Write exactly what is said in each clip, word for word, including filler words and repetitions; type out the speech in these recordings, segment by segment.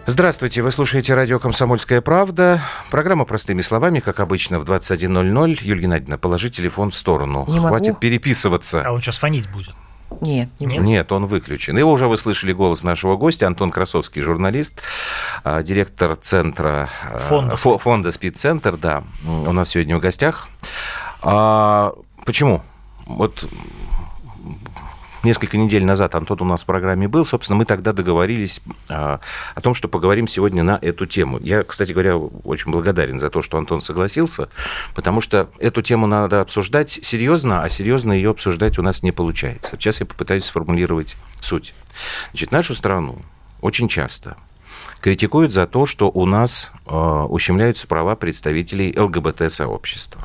Здравствуйте, вы слушаете радио «Комсомольская правда». Программа «Простыми словами», как обычно, в двадцать один ноль ноль. Юлия Геннадьевна, положи телефон в сторону. Не Хватит могу. переписываться. А он сейчас фонить будет. Нет, не Нет? Нет, он выключен. И уже вы слышали голос нашего гостя, Антон Красовский, журналист, директор центра... Фонда, фо- фонда «Спидцентр», да, у нас сегодня в гостях. А, почему? Вот... Несколько недель назад Антон у нас в программе был. Собственно, мы тогда договорились а, о том, что поговорим сегодня на эту тему. Я, кстати говоря, очень благодарен за то, что Антон согласился, потому что эту тему надо обсуждать серьезно, а серьезно ее обсуждать у нас не получается. Сейчас я попытаюсь сформулировать суть. Значит, нашу страну очень часто критикуют за то, что у нас а, ущемляются права представителей ЛГБТ-сообщества.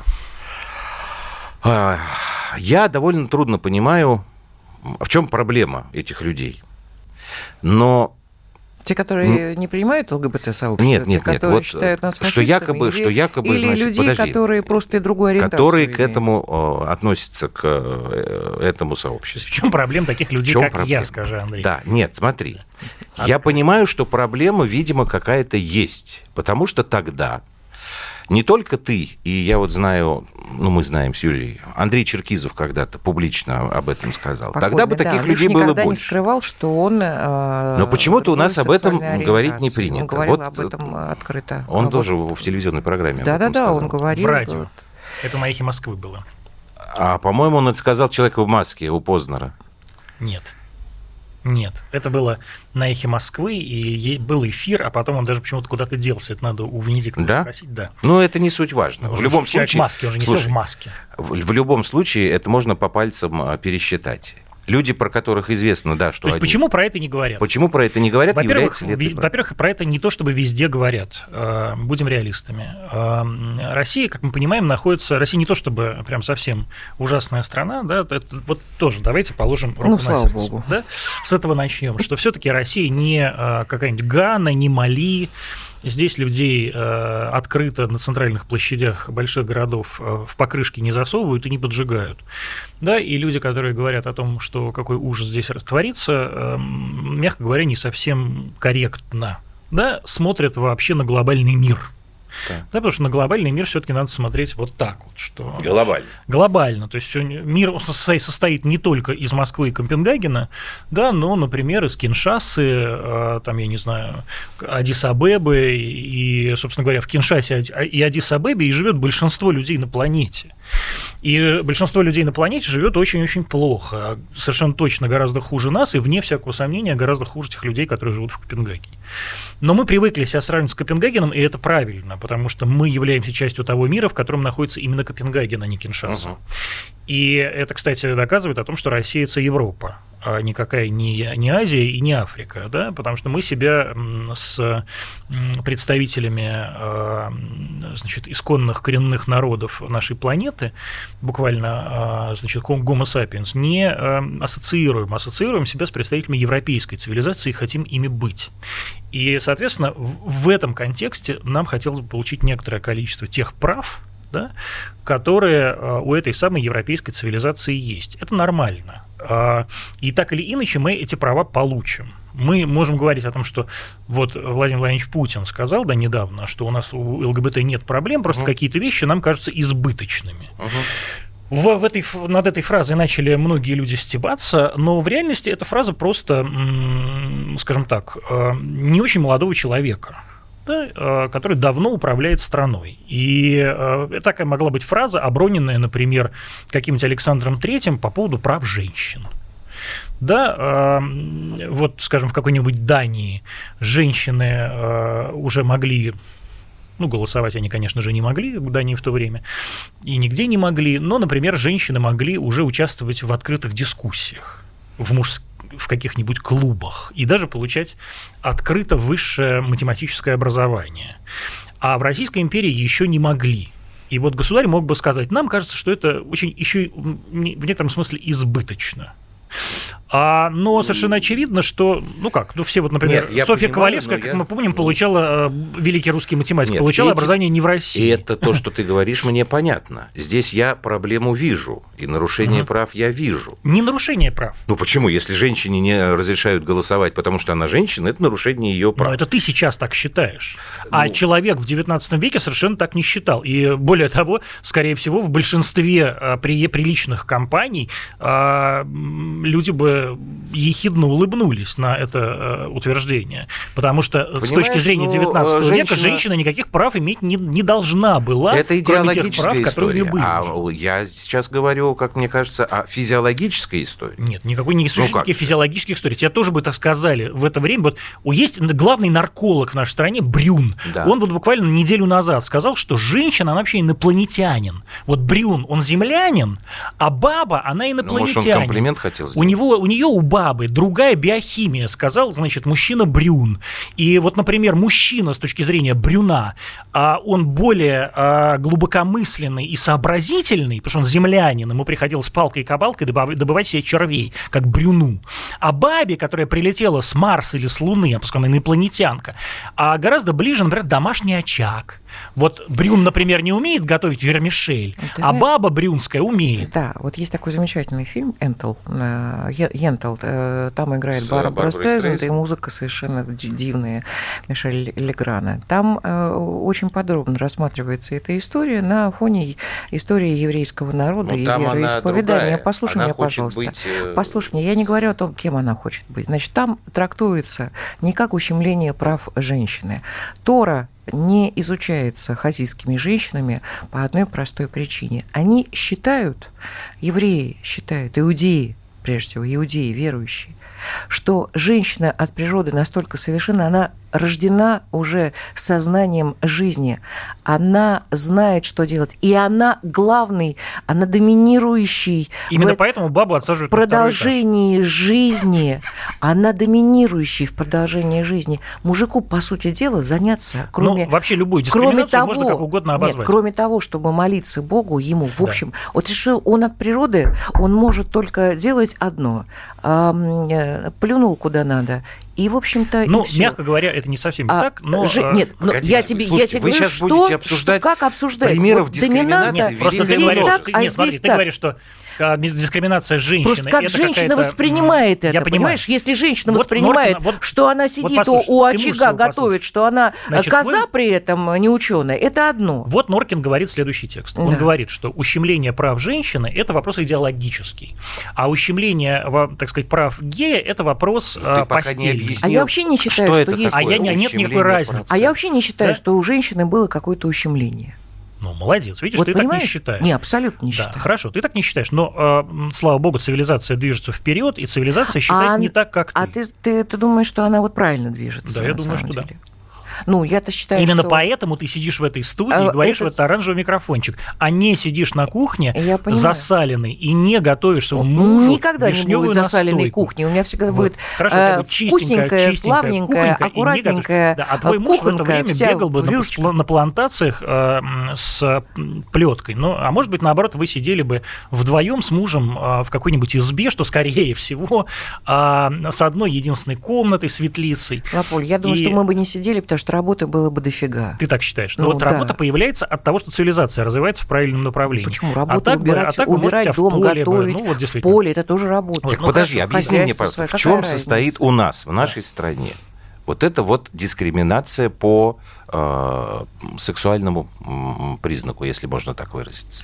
А, я довольно трудно понимаю, в чем проблема этих людей? Но... Те, которые ну, не принимают ЛГБТ-сообщество, нет, нет, те, нет, которые вот считают нас фашистами, что якобы, или, что якобы, или значит, людей, подожди, которые просто другую ориентацию которые имеют. к этому э, относятся, к э, этому сообществу. В чем проблема таких людей, как проблема? я, скажи, Андрей? Да, нет, смотри. А я понимаю, что проблема, видимо, какая-то есть, потому что тогда... Не только ты, и я вот знаю, ну, мы знаем с Юлией, Андрей Черкизов когда-то публично об этом сказал. Покойный, Тогда бы да, таких Андрюш людей было никогда больше. не скрывал, что он... Э, Но почему-то у нас об этом говорить не принято. Он говорил вот об этом открыто. Он а тоже вот... в телевизионной программе Да-да-да, он говорил. В радио. Вот. Это на «Эхе Москвы» было. А, по-моему, он это сказал человеку в маске у Познера. Нет. Нет, это было на «Эхе Москвы», и был эфир, а потом он даже почему-то куда-то делся. Это надо у Венедиктова да? спросить. Да. Ну, это не суть важно. В любом Человек случае... в маске, он же не слушай, сел в маске. В, в любом случае, это можно по пальцам пересчитать. Люди, про которых известно, да, что То есть они... почему про это не говорят? Почему про это не говорят? Во-первых, ли это во-первых, про это не то, чтобы везде говорят. Будем реалистами. Россия, как мы понимаем, находится... Россия не то, чтобы прям совсем ужасная страна, да, это вот тоже давайте положим руку ну, на слава сердце. Богу. Да? С этого начнем, что все-таки Россия не какая-нибудь Гана, не Мали. Здесь людей э, открыто на центральных площадях больших городов э, в покрышки не засовывают и не поджигают. Да, и люди, которые говорят о том, что какой ужас здесь творится, э, мягко говоря, не совсем корректно. Да, смотрят вообще на глобальный мир. Да. Да, потому что на глобальный мир все-таки надо смотреть вот так вот, что глобально. Глобально, то есть мир состоит не только из Москвы и Копенгагена, да, но, например, из Киншасы, там, я не знаю, Аддис-Абебы, и, собственно говоря, в Киншасе и Аддис-Абебе и живет большинство людей на планете. И большинство людей на планете живет очень-очень плохо, совершенно точно гораздо хуже нас, и, вне всякого сомнения, гораздо хуже тех людей, которые живут в Копенгагене. Но мы привыкли себя сравнивать с Копенгагеном, и это правильно, потому что мы являемся частью того мира, в котором находится именно Копенгаген, а не Киншаса. Угу. И это, кстати, доказывает о том, что Россия – это Европа, а никакая не, не Азия и не Африка, да? Потому что мы себя с представителями, значит, исконных коренных народов нашей планеты, буквально, значит, Homo sapiens, не ассоциируем, ассоциируем себя с представителями европейской цивилизации и хотим ими быть. И, соответственно, в этом контексте нам хотелось бы получить некоторое количество тех прав, да, которые у этой самой европейской цивилизации есть. Это нормально. И так или иначе мы эти права получим. Мы можем говорить о том, что вот Владимир Владимирович Путин сказал, да, недавно, что у нас у ЛГБТ нет проблем, просто угу. какие-то вещи нам кажутся избыточными. Угу. В, в этой, над этой фразой начали многие люди стебаться, но в реальности эта фраза просто, скажем так, не очень молодого человека, да, который давно управляет страной. И э, такая могла быть фраза, оброненная, например, каким-нибудь Александром Третьим по поводу прав женщин. Да, э, вот, скажем, в какой-нибудь Дании женщины э, уже могли, ну, голосовать они, конечно же, не могли в Дании в то время, и нигде не могли, но, например, женщины могли уже участвовать в открытых дискуссиях, в мужских, в каких-нибудь клубах и даже получать открыто высшее математическое образование. А в Российской империи еще не могли. И вот государь мог бы сказать, нам кажется, что это очень еще в некотором смысле избыточно. А, но совершенно очевидно, что, ну как, ну все вот, например, Нет, Софья понимаю, Ковалевская, как я... мы помним, получала, великий русский математик, Нет, получала эти... образование не в России. И это то, что ты говоришь, мне понятно. Здесь я проблему вижу, и нарушение угу. прав я вижу. Не нарушение прав. Ну почему? Если женщине не разрешают голосовать, потому что она женщина, это нарушение ее прав. Но это ты сейчас так считаешь. Ну... А человек в девятнадцатом веке совершенно так не считал. И более того, скорее всего, в большинстве при... приличных компаний люди бы ехидно улыбнулись на это утверждение. Потому что Понимаешь, с точки зрения девятнадцатого женщина... века женщина никаких прав иметь не, не должна была, это идеологическая кроме тех прав, история. Были а уже. Я сейчас говорю, как мне кажется, о физиологической истории. Нет, никакой не существует ну, никаких физиологических историй. Тебе тоже бы так сказали в это время. Вот есть главный нарколог в нашей стране Брюн. Да. Он вот буквально неделю назад сказал, что женщина, она вообще инопланетянин. Вот Брюн, он землянин, а баба, она инопланетянин. Ну, может, он комплимент хотел сделать? У него, у нее, у бабы другая биохимия, сказал, значит, мужчина Брюн. И вот, например, мужчина с точки зрения Брюна, он более глубокомысленный и сообразительный, потому что он землянин, ему приходилось палкой и кабалкой добывать себе червей, как Брюну. А бабе, которая прилетела с Марса или с Луны, а пускай она инопланетянка, а гораздо ближе, например, домашний очаг. Вот Брюн, например, не умеет готовить вермишель, Ты а знаешь, баба брюнская умеет. Да, вот есть такой замечательный фильм «Энтл», «Йентл», там играет С Барбара Стрейзанд, и музыка совершенно дивная Мишель Леграна. Там очень подробно рассматривается эта история на фоне истории еврейского народа ну, и вероисповедания. Послушай она меня, пожалуйста. Быть... Послушай меня, я не говорю о том, кем она хочет быть. Значит, там трактуется не как ущемление прав женщины. Тора не изучается хасидскими женщинами по одной простой причине. Они считают, евреи считают, иудеи, прежде всего, иудеи, верующие, что женщина от природы настолько совершенна, она рождена уже сознанием жизни. Она знает, что делать. И она главный, она доминирующий. Именно в, поэтому бабу отсаживают в продолжении жизни. Она доминирующий в продолжении жизни. Мужику, по сути дела, заняться, кроме... Ну, вообще любую дискриминацию того, можно как угодно обозвать. Нет, кроме того, чтобы молиться Богу, ему, в общем... Да. Вот что он от природы, он может только делать одно. Плюнул куда надо. И, в общем-то, ну, и всё. мягко говоря, это не совсем а, так, но... Ж... Нет, но я тебе, слушайте, я тебе вы говорю, сейчас что, будете обсуждать что, как обсуждать. примеров вот дискриминации. Нет, просто ты говоришь, так, а нет, смотри, ты говоришь, что дискриминация женщины. Просто как это женщина воспринимает это, я понимаешь? Понимаю. Если женщина вот воспринимает, Норкина, вот, что она сидит вот у очага, готовит, что она Значит, коза вы... при этом не ученая, это одно. Вот Норкин говорит следующий текст. Он да. говорит, что ущемление прав женщины – это вопрос идеологический, а ущемление, так сказать, прав гея – это вопрос постельный. А я вообще не считаю, что, что есть... А я, нет никакой разницы. А я вообще не считаю, да? что у женщины было какое-то ущемление. Ну, молодец. Видишь, вот ты понимаешь? Так не считаешь. Не, абсолютно не да, считаю. Хорошо, ты так не считаешь. Но, э, слава богу, цивилизация движется вперед, и цивилизация считает а, не так, как а ты. А ты, ты, ты думаешь, что она вот правильно движется? Да, я думаю, что деле. да. Ну, я-то считаю, Именно что... поэтому ты сидишь в этой студии и говоришь это... в этот оранжевый микрофончик, а не сидишь на кухне засаленный и не готовишь своему мужу никогда не будет засаленной кухни. У меня всегда вот. будет Хорошо, вкусненькая, славненькая, аккуратненькая да, а твой муж в это время бегал бы на, на плантациях э, с плеткой. Ну, а может быть, наоборот, вы сидели бы вдвоем с мужем э, в какой-нибудь избе, что, скорее всего, э, с одной единственной комнатой, светлицей. Лаполь, я думаю, и... что мы бы не сидели, потому что работы было бы дофига. Ты так считаешь? Но ну, вот да. работа появляется от того, что цивилизация развивается в правильном направлении. Почему? Работа, а убирать, так, а убирать может, дом, поле готовить бы, ну, вот, в поле, это тоже работа. Вот, так, ну, подожди, объясни мне, пожалуйста, в чем разница? состоит у нас, в нашей да. стране, вот это вот дискриминация по э, сексуальному э, признаку, если можно так выразиться?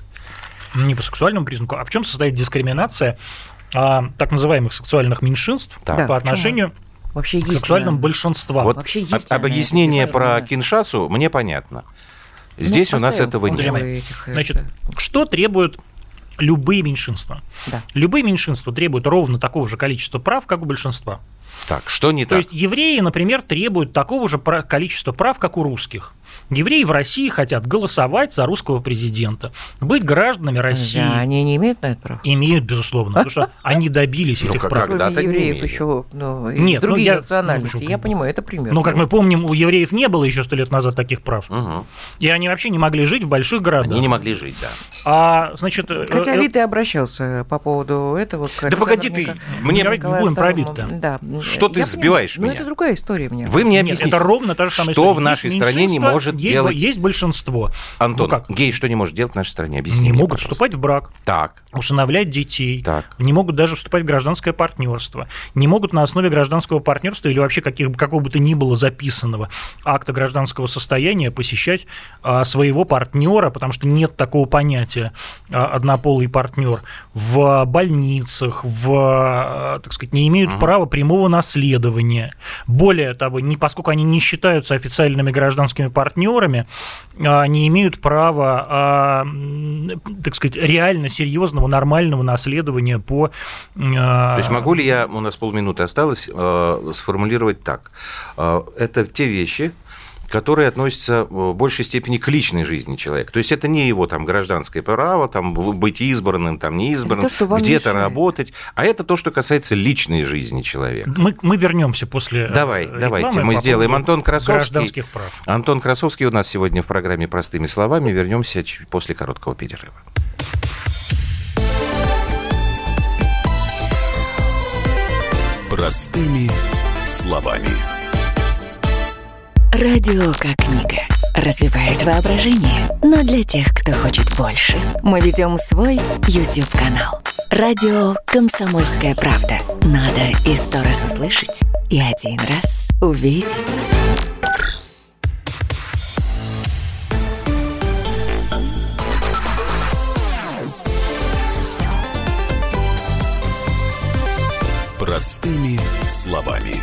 Не по сексуальному признаку, а в чем состоит дискриминация э, так называемых сексуальных меньшинств да. по отношению... Вообще к сексуальным большинствам. Вот Вообще есть об, объяснение про Киншасу мне понятно. Здесь ну, у нас этого нет. Этих, Значит, что требуют любые меньшинства? Да. Любые меньшинства требуют ровно такого же количества прав, как у большинства. Так, что не То так? То есть евреи, например, требуют такого же количества прав, как у русских. Евреи в России хотят голосовать за русского президента, быть гражданами России. Да, они не имеют на это права? Имеют, безусловно, потому что они добились этих прав. Кроме евреев еще ну, Нет, другие ну, я, национальности. Ну, я понимаю, это пример. Ну, как мы помним, у евреев не было еще сто лет назад таких прав. Угу. И они вообще не могли жить в больших городах. Они не могли жить, да. А, значит, Хотя э, Вита и обращался по поводу этого. Да погоди ты, мне будем про Виту. Да. Что ты я сбиваешь понимаю, меня? Ну, это другая история мне. Вы мне Нет, объясните, это ровно та же самая что история. в нашей Есть стране не может есть, делать... Есть большинство. Антон, ну, как? гей что не может делать в нашей стране? Объясни Не мне, могут пожалуйста. вступать в брак. Так. Усыновлять детей, Так. не могут даже вступать в гражданское партнерство, не могут на основе гражданского партнерства или вообще каких, какого бы то ни было записанного акта гражданского состояния посещать а, своего партнера, потому что нет такого понятия а, однополый партнер, в больницах, в, а, так сказать, не имеют uh-huh. права прямого наследования. Более того, не, поскольку они не считаются официальными гражданскими партнерами, а, не имеют права, а, так сказать, реально серьезного нормального наследования по... То есть могу ли я, у нас полминуты осталось, сформулировать так. Это те вещи, которые относятся в большей степени к личной жизни человека. То есть это не его там гражданское право, там, быть избранным, там, не избранным, где-то работать, а это то, что касается личной жизни человека. Мы, мы вернемся после Давай, давайте, мы сделаем. Антон Красовский. Антон Красовский у нас сегодня в программе «Простыми словами». Вернемся после короткого перерыва. Простыми словами. Радио как книга. Развивает воображение. Но для тех, кто хочет больше. Мы ведем свой YouTube-канал. Радио «Комсомольская правда». Надо и сто раз услышать, и один раз увидеть. Простыми словами.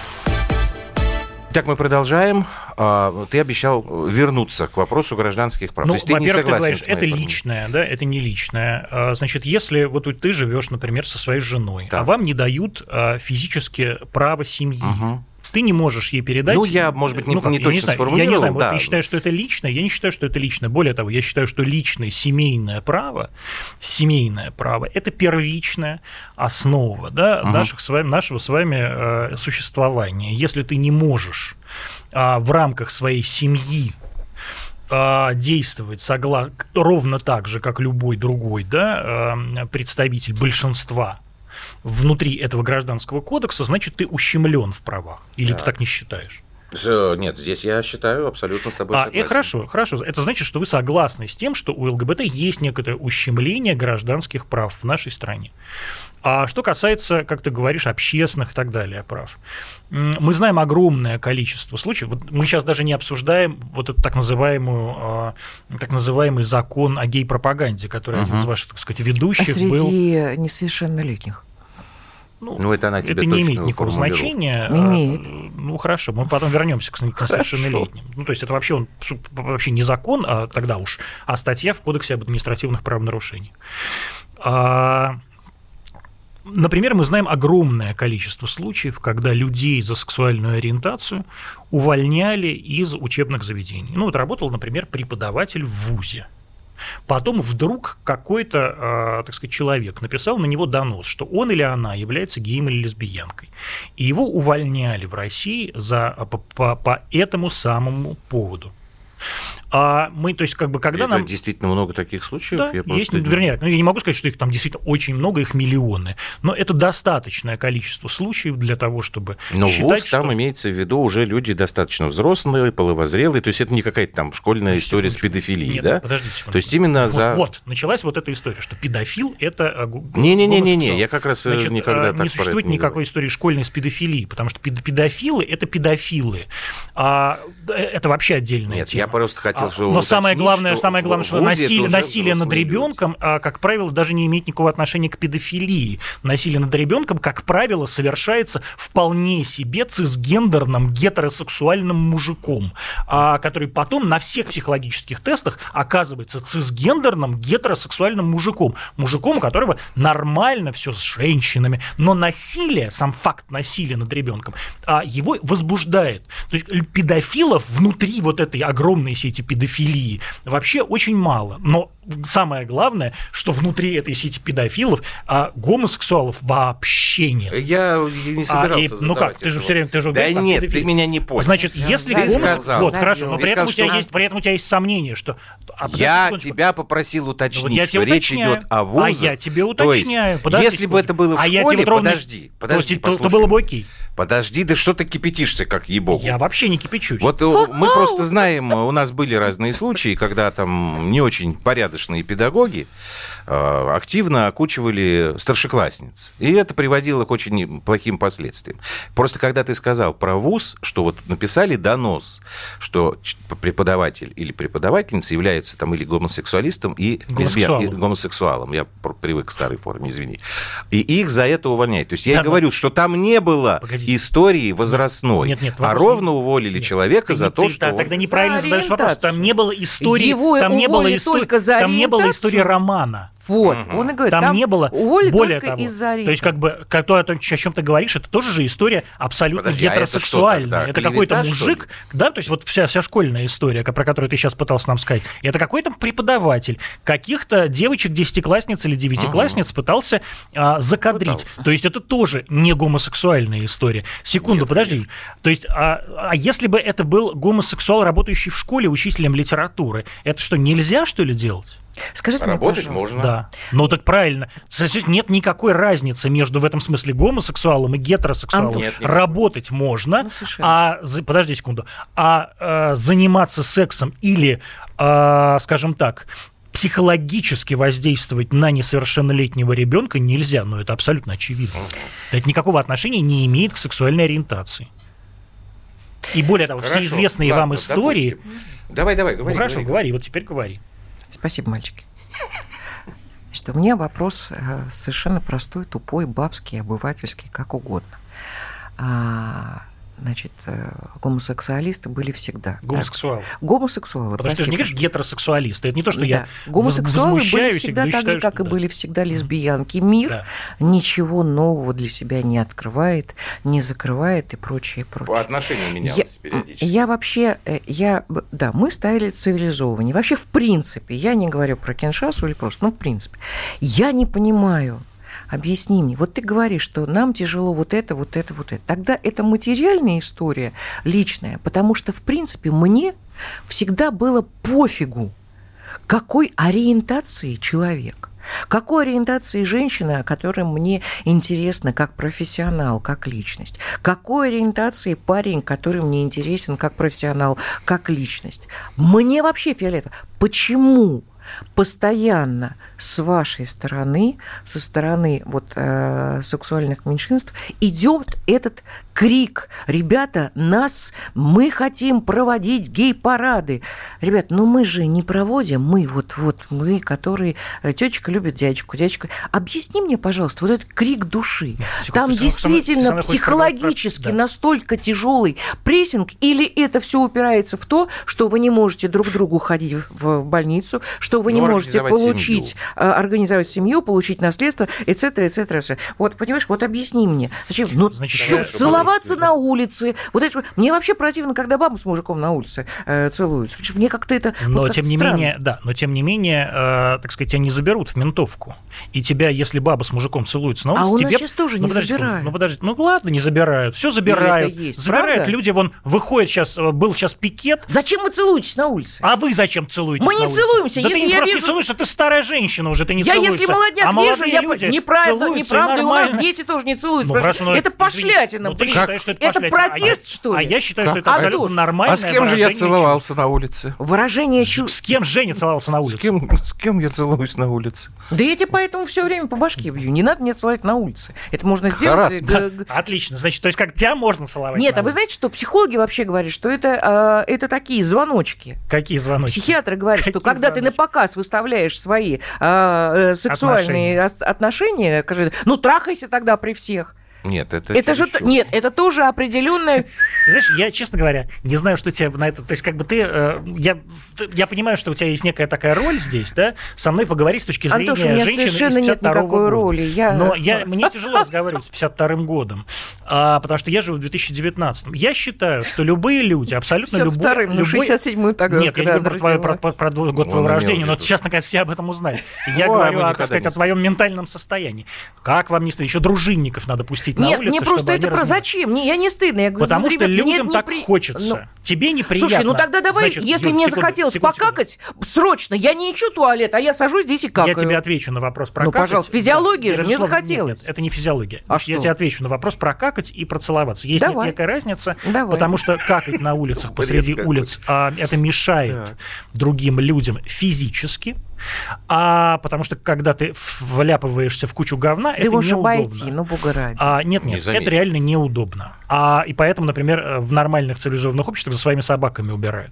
Итак, мы продолжаем. Ты обещал вернуться к вопросу гражданских прав. Ну, То есть ты не согласен ты говоришь, с моей это формулой. личное, да, это не личное. Значит, если вот ты живешь, например, со своей женой, так. а вам не дают физически право семьи, угу. ты не можешь ей передать... Ну, я, может быть, не, ну, как, не точно не знаю, сформулировал. Я не знаю, да. вот ты считаешь, что это личное, я не считаю, что это личное. Более того, я считаю, что личное семейное право, семейное право, это первичная основа, да, угу. наших, с вами, нашего с вами э, существования. Если ты не можешь э, в рамках своей семьи э, действовать согла... ровно так же, как любой другой, да, э, представитель большинства внутри этого гражданского кодекса, значит, ты ущемлен в правах. Или да. ты так не считаешь? Нет, здесь я считаю абсолютно с тобой а, согласен. И хорошо, хорошо. Это значит, что вы согласны с тем, что у ЛГБТ есть некоторое ущемление гражданских прав в нашей стране. А что касается, как ты говоришь, общественных и так далее прав, мы знаем огромное количество случаев. Вот мы сейчас даже не обсуждаем вот этот так, называемую, так называемый закон о гей-пропаганде, который uh-huh. один из ваших, так сказать, ведущих а среди был... среди несовершеннолетних? Ну, ну, это она тебе это не имеет никакого значения. Имеет. Ну, хорошо, мы потом вернемся к несовершеннолетним. Ну, то есть это вообще, он, вообще не закон, а тогда уж, а статья в Кодексе об административных правонарушениях. А, например, мы знаем огромное количество случаев, когда людей за сексуальную ориентацию увольняли из учебных заведений. Ну, вот работал, например, преподаватель в вузе. Потом вдруг какой-то, э, так сказать, человек написал на него донос, что он или она является геем или лесбиянкой. И его увольняли в России за, по, по, по этому самому поводу. А мы, то есть, как бы, когда это нам... действительно много таких случаев? Да, я есть, просто... вернее, ну, я не могу сказать, что их там действительно очень много, их миллионы, но это достаточное количество случаев для того, чтобы но считать, вуз что... там имеется в виду уже люди достаточно взрослые, половозрелые, то есть это не какая-то там школьная ну, история с педофилией, Нет, да? Подождите секунду. То есть именно вот, за... Вот, началась вот эта история, что педофил – это Не-не-не, я как раз Значит, никогда не так существует про это не никакой говорю. истории школьной с педофилией, потому что педофилы – это педофилы. А это вообще отдельная Нет, тема. я просто хотел хотел, что Но самое главное, что самое главное, что насилие, насилие над ребенком, люди. как правило, даже не имеет никакого отношения к педофилии. Насилие над ребенком, как правило, совершается вполне себе цисгендерным гетеросексуальным мужиком, который потом на всех психологических тестах оказывается цисгендерным гетеросексуальным мужиком. Мужиком, у которого нормально все с женщинами. Но насилие, сам факт насилия над ребенком, его возбуждает. То есть педофилов внутри вот этой огромной сети педофилии вообще очень мало. Но самое главное, что внутри этой сети педофилов а гомосексуалов вообще нет. Я не собирался а, и, Ну как, ты же все время... Ты же да говоришь, нет, педофил. Ты меня не понял. Значит, если гомосексуал... Вот, хорошо, но при этом, сказал, что... есть, при этом у тебя есть сомнение, что... А, я тебя попросил уточнить, вот что речь идет о вузах. А я тебе уточняю. То есть, если бы это было в а школе, ровно... подожди, подожди, то, то, то было бы окей. Подожди, да что ты кипятишься, как ей-богу? Я вообще не кипячусь. Вот мы просто знаем, у нас были разные случаи, когда там не очень порядочные педагоги активно окучивали старшеклассниц. И это приводило к очень плохим последствиям. Просто когда ты сказал про вуз, что вот написали донос, что преподаватель или преподавательница является там или гомосексуалистом, и гомосексуалом. Лесбиян, и гомосексуалом. Я привык к старой форме, извини. И их за это увольняют. То есть я да, говорю, что там не было Погодите. истории возрастной, нет, нет, а ровно уволили нет. человека ты, за ты, то, ты, что... Да, он... Тогда неправильно задаешь вопрос. Там не было истории... Его там не было истории, только за там не было истории романа. Вот, угу. он и говорит, там, там не было, более того, из-за то есть как бы, как то, о чем ты говоришь, это тоже же история абсолютно Подожди, гетеросексуальная. А это, это какой-то мужик, да, то есть вот вся, вся школьная история, про которую ты сейчас пытался нам сказать, это какой-то преподаватель каких-то девочек, десятиклассниц или девятиклассниц угу. пытался а, закадрить. Пытался. То есть это тоже не гомосексуальная история. Секунду, Нет, подожди. Конечно. То есть, а, а если бы это был гомосексуал, работающий в школе учителем литературы, это что, нельзя, что ли, делать? Скажите Работать мне, можно. Да. Ну так правильно. Нет никакой разницы между в этом смысле гомосексуалом и гетеросексуалом. Нет, Работать можно, ну, а подожди секунду, а, а заниматься сексом или, а, скажем так, психологически воздействовать на несовершеннолетнего ребенка нельзя. Но это абсолютно очевидно. Это никакого отношения не имеет к сексуальной ориентации. И более того, Хорошо, все известные ладно, вам истории. Допустим. Давай, давай, говори. Ну, хорошо, говори, говори, вот теперь говори. Спасибо, мальчики. Значит, у меня вопрос совершенно простой, тупой, бабский, обывательский, как угодно. А, значит, гомосексуалисты были всегда. Гомосексуалы. Так? Гомосексуалы. Потому что ты же не говоришь гетеросексуалисты. Это не то, что да. я Гомосексуалы были всегда так считаю, же, как что, и да. были всегда лесбиянки. Мир да. ничего нового для себя не открывает, не закрывает и прочее, прочее. По отношению менялось я, периодически. Я вообще, я, да, мы ставили цивилизованнее. Вообще, в принципе, я не говорю про Киншасу или просто, ну, в принципе, я не понимаю. Объясни мне. Вот ты говоришь, что нам тяжело вот это, вот это, вот это. Тогда это материальная история личная, потому что, в принципе, мне всегда было пофигу, какой ориентации человек. Какой ориентации женщина, которая мне интересна как профессионал, как личность? Какой ориентации парень, который мне интересен как профессионал, как личность? Мне вообще фиолетово. Почему постоянно с вашей стороны, со стороны вот, э, сексуальных меньшинств идет этот крик: ребята, нас, мы хотим проводить гей-парады. Ребят, ну мы же не проводим, мы вот, вот мы, которые, тетечка любит дядечку, дядечка. Объясни мне, пожалуйста, вот этот крик души. Секунду, Там ты действительно сам, сам психологически про... да. настолько тяжелый прессинг, или это все упирается в то, что вы не можете друг к другу ходить в больницу, что вы не ну, можете получить, семью. организовать семью, получить наследство, et cetera, et cetera, et cetera. Вот, понимаешь, вот объясни мне. Зачем? Ну, Значит, что, целоваться на улице. Вот это, мне вообще противно, когда баба с мужиком на улице э, целуются. Мне как-то это но вот тем не странно. менее, да, но тем не менее, э, так сказать, тебя не заберут в ментовку. И тебя, если баба с мужиком целуется на улице, а у нас тебе... сейчас тоже ну, не подожди, забирают. Ну, подожди, ну ладно, не забирают. Все забирают. Есть, забирают правда? Люди, вон, выходят сейчас, был сейчас пикет. Зачем вы целуетесь на улице? А вы зачем целуетесь Мы на не улице? целуемся. Да Если не, я просто вижу... не целуешься, ты старая женщина уже, ты не я целуешься. если молодняк а вижу, я люди неправда, неправда, и у нас дети тоже не целуются. Ну, хорошо, это пошлятина. Ну, ты считаешь, что это это пошлятина. протест, а что ли? А я считаю, как? что это А абсолютно кто? нормальное А с кем же я целовался чувств. на улице? Выражение чувств. С кем Женя целовался на улице? С кем, с кем я целуюсь на улице? Да я тебе поэтому все время по башке бью. Не надо мне целовать на улице. Это можно сделать... Да, отлично. Значит, то есть как тебя можно целовать? Нет, а вы знаете, что психологи вообще говорят, что это, э, это такие звоночки. Какие звоночки? Психиатры говорят, Какие что когда звоночки? Ты на показ выставляешь свои э, сексуальные отношения. отношения, ну, трахайся тогда при всех. Нет, это... Это же... Нет, это тоже определенное... Знаешь, я, честно говоря, не знаю, что тебе на это... То есть, как бы ты... Э, я, я понимаю, что у тебя есть некая такая роль здесь, да? Со мной поговорить с точки зрения Антош, у меня женщины совершенно нет никакой роли. Я... Но я, мне тяжело разговаривать с пятьдесят вторым годом, а, потому что я живу в две тысячи девятнадцатом. Я считаю, что любые люди, абсолютно любой... пятьдесят вторым, ну, шестьдесят седьмой тогда. Нет, я не говорю про, твою, про, про, про год твоего рождения, но сейчас, наконец, все об этом узнали. Я говорю, так сказать, о твоем ментальном состоянии. Как вам не стыдно? Еще дружинников надо пустить на улицу, чтобы это про зачем? Мне, я не стыдно. Я говорю, потому ну, что ребят, людям мне так при... хочется. Ну, тебе неприятно. Слушай, ну тогда давай, Значит, если Юль, мне секунду, захотелось секунду, покакать, секунду. срочно, я не ищу туалет, а я сажусь здесь и какаю. Я тебе отвечу на вопрос про ну, какать. пожалуйста, физиология да, же, мне захотелось. Нет, это не физиология. А я что? тебе отвечу на вопрос про какать и про целоваться. Есть давай. некая разница, давай. потому что какать на улицах посреди улиц, а, это мешает другим людям физически. А потому что когда ты вляпываешься в кучу говна, ты это можешь неудобно. обойти, ну, бога ради. А, нет, нет, не это реально неудобно. А, и поэтому, например, в нормальных цивилизованных обществах за своими собаками убирают.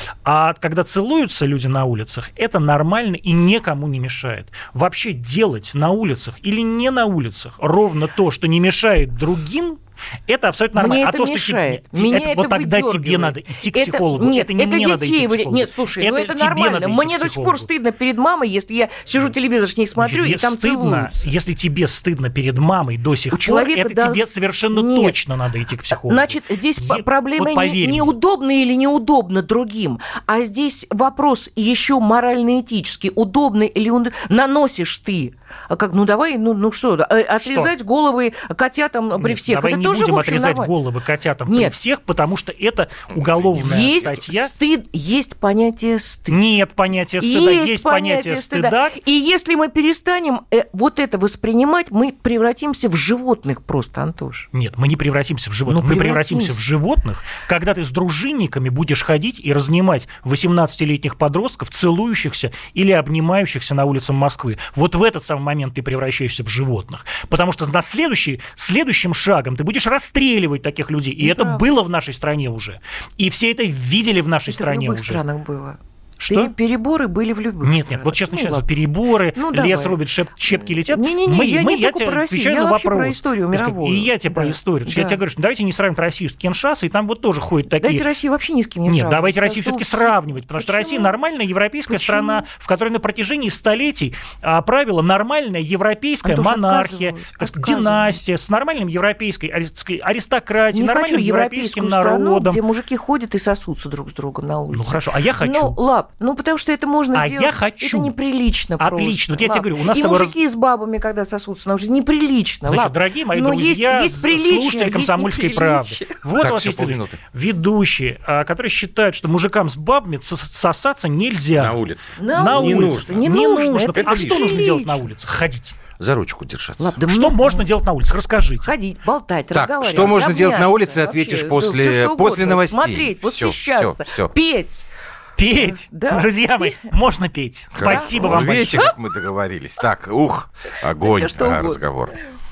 А когда целуются люди на улицах, это нормально и никому не мешает. Вообще делать на улицах или не на улицах ровно то, что не мешает другим, это абсолютно нормально. Мне а это то, мешает. Что тебе, Меня это, это вот тогда выдергивает. тебе надо идти к это, психологу. Нет, это не это мне надо идти к вы... психологу. Нет, слушай, это ну это тебе нормально. Мне до сих пор стыдно перед мамой, если я сижу телевизор с ней смотрю, Значит, и там стыдно, целуются. Если тебе стыдно перед мамой до сих У пор, это да... тебе совершенно Нет. точно надо идти к психологу. Значит, здесь Я... проблема вот не, неудобно или неудобно другим, а здесь вопрос еще морально-этический. Удобно или он... наносишь ты. Как, ну давай, ну, ну что, отрезать что? головы котятам при Нет, всех. Давай это не тоже, будем в общем, отрезать нормально. головы котятам Нет. при всех, потому что это уголовная есть статья. Стыд, есть понятие стыд. Нет понятия стыда, есть, есть понятие, понятие стыда. стыда. И если мы перестанем э, вот это воспринимать, мы превратимся в животных просто, Антош. Нет, мы не превратимся в животных. Ну, мы превратимся в животных, когда ты с дружинниками будешь ходить и разнимать восемнадцатилетних подростков, целующихся или обнимающихся на улице Москвы. Вот в этот самый момент ты превращаешься в животных. Потому что на следующий, следующим шагом ты будешь расстреливать таких людей. И это правда. было в нашей стране уже. И все это видели в нашей это стране в любых уже. странах было. Что? Переборы были в любых Нет, странах. нет, вот сейчас ну, начинаются ладно. переборы, ну, лес давай. рубит, шеп, щепки летят. Не-не-не, мы, я мы, не я только про Россию, отвечаю я на вообще вопрос. про историю мировую. И я тебе да. про историю. Да. Я тебе говорю, что давайте не сравнивать Россию с Киншасой, и там вот тоже ходят такие... Давайте Россию вообще ни с кем не Нет, сравнивать. давайте Россию что все-таки все... сравнивать, потому Почему? что Россия нормальная европейская Почему? страна, в которой на протяжении столетий а, правила нормальная европейская Антош, монархия, отказываюсь, так, династия, с нормальным европейской аристократией, не нормальным хочу европейским европейскую народом. страну, где мужики ходят и сосутся друг с другом на улице. Ну хорошо, а я хочу. Ну, Лап, ну потому что это можно а делать. я хочу. Это неприлично просто. Отлично, вот я тебе говорю, у нас и с тобой мужики раз... с бабами, когда сосутся на улице, неприлично. Значит, Лап. дорогие мои Но друзья, есть, есть приличие, слушатели «Комсомольской есть правды», вот так, у вас все, есть ведущие, полминуты. ведущие, которые считают, что мужикам с бабами сосаться нельзя. На улице. На, на улице. улице. Не, не нужно. нужно. Это А что нужно прилично. делать на улице? Ходить. За ручку держаться. Лап, да Что мы... можно делать на улице? Расскажите. Ходить, болтать, так, разговаривать, что можно обняться, делать на улице, вообще, ответишь да, после, всё, что после угодно. новостей. Смотреть, Всё, восхищаться, всё, всё. петь. Петь. Да. Друзья мои, можно петь. Спасибо вам большое. Видите, как мы договорились. Так, ух, огонь, Всё, что а, угодно. разговор.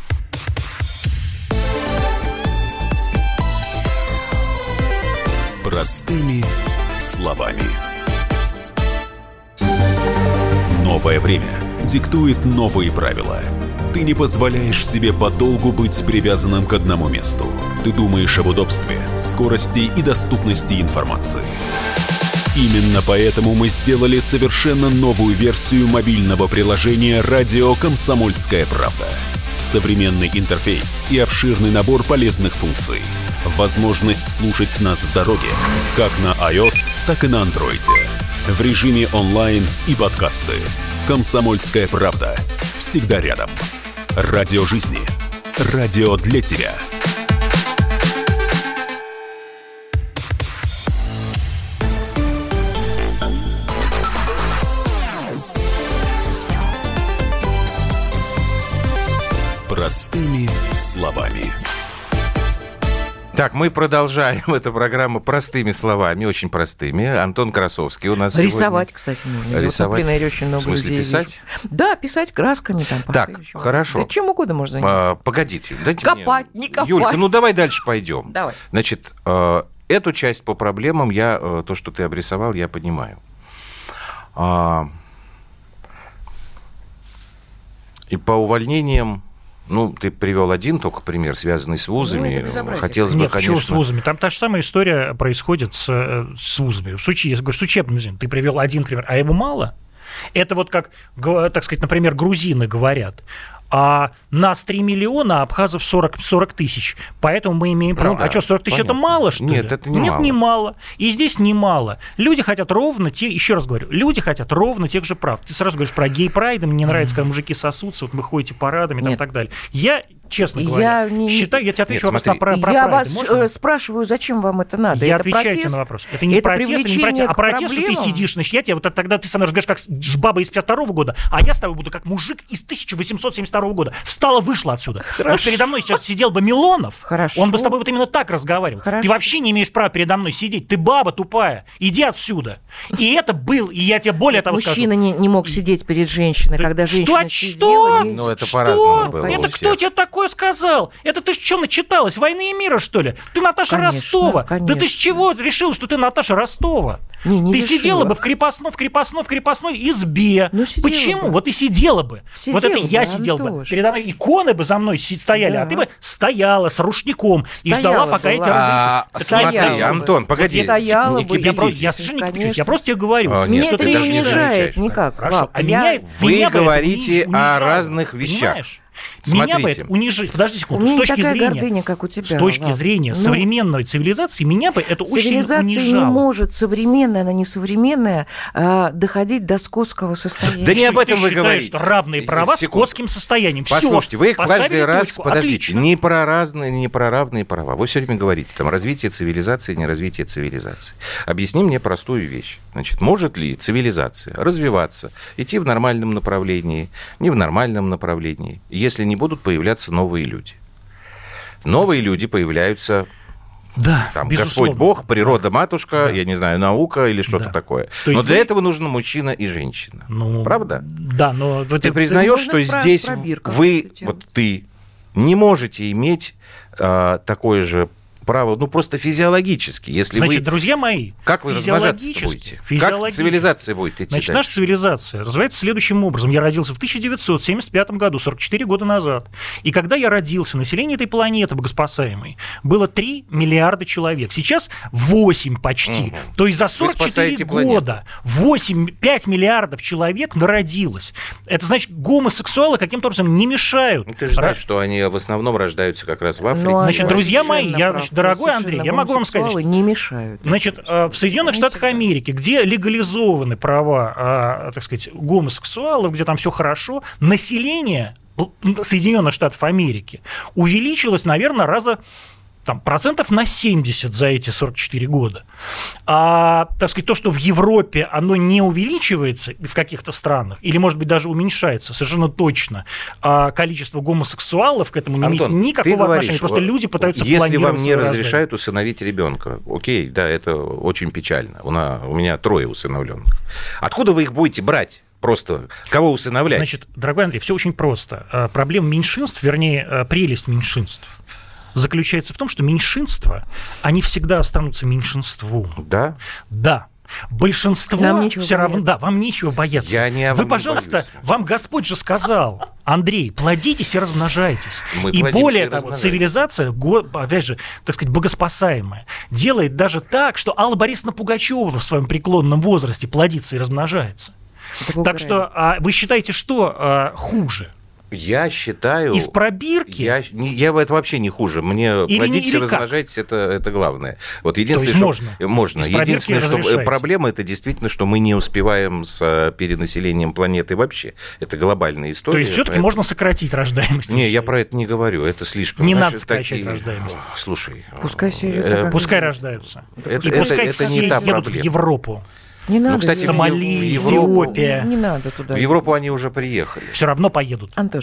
Простыми словами. Новое время диктует новые правила. Ты не позволяешь себе подолгу быть привязанным к одному месту. Ты думаешь об удобстве, скорости и доступности информации. Именно поэтому мы сделали совершенно новую версию мобильного приложения «Радио Комсомольская правда». Современный интерфейс и обширный набор полезных функций. Возможность слушать нас в дороге, как на iOS, так и на Android. В режиме онлайн и подкасты. «Комсомольская правда». Всегда рядом. Радио жизни. Радио для тебя. Простыми словами. Так, мы продолжаем эту программу простыми словами, очень простыми. Антон Красовский у нас Рисовать, сегодня... кстати, нужно. Рисовать? Я вот, очень много в смысле, людей писать? Вижу. Да, писать красками там. Так, еще. хорошо. Да чем угодно можно. А, погодите. Дайте копать, мне... не копать. Юлька, ну давай дальше пойдем. Давай. Значит, эту часть по проблемам, я, то, что ты обрисовал, я понимаю. И по увольнениям, ну, ты привел один только пример, связанный с вузами. Ну, Хотелось бы, Нет, конечно... почему с вузами? Там та же самая история происходит с, с вузами. С, уч... я говорю, с учебными. Ты привел один пример, а его мало. Это вот как, так сказать, например, грузины говорят. А нас три миллиона, а абхазов сорок, сорок тысяч. Поэтому мы имеем право. Ну, да, а что, сорок тысяч это мало, что Нет, ли? это не Нет, мало. не мало. И здесь не мало. Люди хотят ровно те, еще раз говорю, люди хотят ровно тех же прав. Ты сразу говоришь про гей-прайд, мне не нравится, когда мужики сосутся, вот вы ходите парадами там, и так далее. Я, честно говоря, я не... считаю, я тебе отвечу Нет, на про, про Я прайды. вас Можно? спрашиваю, зачем вам это надо? Я это отвечаю протест? тебе на вопрос. Это не это протест, это не протест, а протест, что ты сидишь, значит, я тебе вот тогда ты со мной говоришь, как баба из пятьдесят второго года, а я с тобой буду как мужик из тысяча восемьсот семьдесят второго года. Встала, вышла отсюда. Хорошо. Вот передо мной сейчас сидел бы Милонов, Хорошо. Он бы с тобой вот именно так разговаривал. Хорошо. Ты вообще не имеешь права передо мной сидеть. Ты баба тупая. Иди отсюда. И это был, и я тебе более того скажу. Мужчина не, не мог сидеть перед женщиной, когда женщина что? сидела. Что? Ну, это что? по-разному было. Это кто тебе такое сказал? Это ты что, начиталась? «Войны и мира», что ли? Ты Наташа Конечно, Ростова. конечно. Да ты с чего решила, что ты Наташа Ростова? Не, не ты решила. сидела бы в крепостной, в крепостной, в крепостной избе. Ну, сидела Почему? бы. Вот и сидела бы. Сидела вот это бы, я сидел бы. Антош. Передо мной иконы бы за мной стояли, Да. а ты бы стояла с рушником Стояла и ждала, пока бы, эти А, разрешат. смотри, Стояла бы. Антон, погоди. Стояла не бы. Я, просто, кипятитесь. я совершенно не Конечно. кипячусь, я просто тебе говорю. А, Меня нет, это ты не даже не унижает замечаешь, никак. Хорошо, Вап. а Я- меня, Вы меня бы это говорите униж- о унижало, разных вещах. понимаешь? Меня бы Смотрите. это унижить. Подожди У секунду. меня С не точки такая зрения, гордыня, как у тебя. с точки Вап. зрения Ну, современной цивилизации, меня бы это очень Цивилизация унижало. не может, современная, она не современная, а, доходить до скотского состояния. Да не об Ты этом вы считаешь, говорите. что равные права Секунду. с скотским состоянием. Всё, Послушайте, вы их поставили каждый раз, точку. подождите, Отлично. не про разные, не про равные права. Вы все время говорите, там, развитие цивилизации, не развитие цивилизации. Объясни мне простую вещь. Значит, может ли цивилизация развиваться, идти в нормальном направлении, не в нормальном направлении, если не будут появляться новые люди? Новые люди появляются... Да, Там, безусловно. Господь Бог, природа, матушка, Да. я не знаю, наука или что-то Да. такое. То есть Но для вы- этого нужно мужчина и женщина. Ну, Правда? Да, но... Ты это- признаешь, можно что в про- здесь пробирках вы, эту тему. вот ты, не можете иметь а, такое же право, ну, просто физиологически, если Значит, вы... друзья мои, Как вы размножаться физиологически- будете? Как физиологически. цивилизация будет идти Значит, дальше? наша цивилизация развивается следующим образом. Я родился в тысяча девятьсот семьдесят пятом году, сорок четыре года назад. И когда я родился, население этой планеты, богоспасаемой, было три миллиарда человек. Сейчас восемь почти. Мгм. То есть за сорок четыре спасаете планету. года восемь, пять миллиардов человек народилось. Это значит, гомосексуалы каким-то образом не мешают. Ну, ты же знаешь, что они в основном рождаются как раз в Африке. Ну, Значит, а друзья мои, совершенно я, прав. значит, дорогой Совершенно Андрей, я могу вам сказать, гомосексуалы что не мешают. Значит, в Соединенных Штатах Америки, где легализованы права, так сказать, гомосексуалов, где там все хорошо, население Соединенных Штатов Америки увеличилось, наверное, раза там, процентов на семьдесят за эти сорок четыре года. А, так сказать, то, что в Европе оно не увеличивается в каких-то странах, или, может быть, даже уменьшается, совершенно точно, а количество гомосексуалов к этому не Антон, имеет никакого ты говоришь, отношения. Просто люди пытаются если планировать вам не свое рождение. разрешают усыновить ребенка, окей, да, это очень печально. У, на, у меня трое усыновленных. Откуда вы их будете брать? Просто кого усыновлять? Значит, дорогой Андрей, все очень просто. А, Проблема меньшинств, вернее, а, прелесть меньшинств заключается в том, что меньшинства, они всегда останутся меньшинством. Да? Да. Большинство Нам нечего все равно, бояться. да, вам нечего бояться. Я не о Вы, вам не пожалуйста, боюсь. вам Господь же сказал, Андрей, плодитесь и размножайтесь. Мы и плодимся более и того, размножаемся. цивилизация, го- опять же, так сказать, богоспасаемая, делает даже так, что Алла Борисовна Пугачева в своем преклонном возрасте плодится и размножается. Это Так что а, вы считаете, что а, хуже? Я считаю... Из пробирки? Я, не- я это вообще не хуже. Мне Или плодитесь не- и или как? размножайтесь, это, это главное. Вот единственное, есть что... можно? Можно. Из пробирки Единственное, что разрешаете? проблема, это действительно, что мы не успеваем с э, перенаселением планеты вообще. Это глобальная история. То есть все-таки поэтому- можно сократить рождаемость? Не, я про это не говорю. Это слишком. Не Знаешь, надо сокращать такие- рождаемость. Слушай. Пускай все э, это как- Пускай рождаются. Это, И это- пускай это все не та едут проблема. в Европу. Не надо. кстати, Европу. Сомали, в Европу- Эфиопия. Не надо туда. В Европу они уже приехали. Все равно поедут. Антош,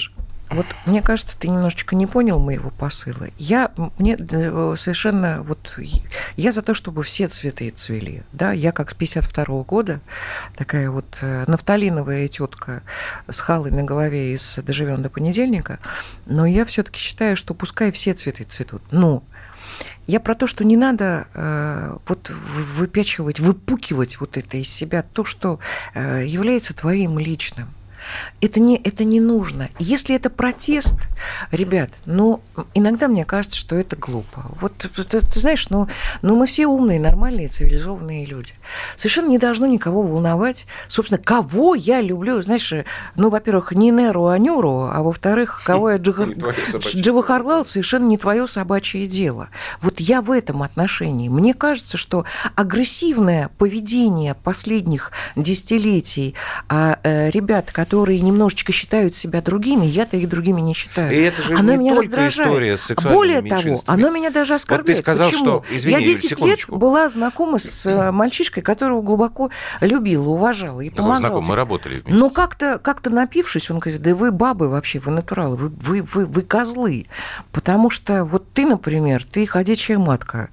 Вот мне кажется, ты немножечко не понял моего посыла. Я, мне совершенно, вот, я за то, чтобы все цветы цвели, да, я как с пятьдесят второго года, такая вот нафталиновая тетка с халой на голове из «Доживем до понедельника», но я все-таки считаю, что пускай все цветы цветут, но я про то, что не надо э, вот выпячивать, выпукивать вот это из себя, то, что э, является твоим личным. Это не, это не нужно. Если это протест, ребят, ну, иногда мне кажется, что это глупо. Вот, ты, ты знаешь, ну, ну, мы все умные, нормальные, цивилизованные люди. Совершенно не должно никого волновать. Собственно, кого я люблю, знаешь, ну, во-первых, не Неру, а Нюру, а во-вторых, кого я Джавахарлал, совершенно не твое собачье дело. Вот я в этом отношении. Мне кажется, что агрессивное поведение последних десятилетий а, э, ребят, которые которые немножечко считают себя другими, я-то их другими не считаю. И это же оно не меня только раздражает. История с сексуальными Более меньшинствами. того, оно меня даже оскорбляет. Вот ты сказал, Почему? что... Извини, я десять секундочку. лет была знакома с мальчишкой, которого глубоко любила, уважала и помогала. Знакомы, мы работали вместе. Но как-то, как-то напившись, он говорит, да вы бабы вообще, вы натуралы, вы, вы, вы, вы козлы. Потому что вот ты, например, ты ходячая матка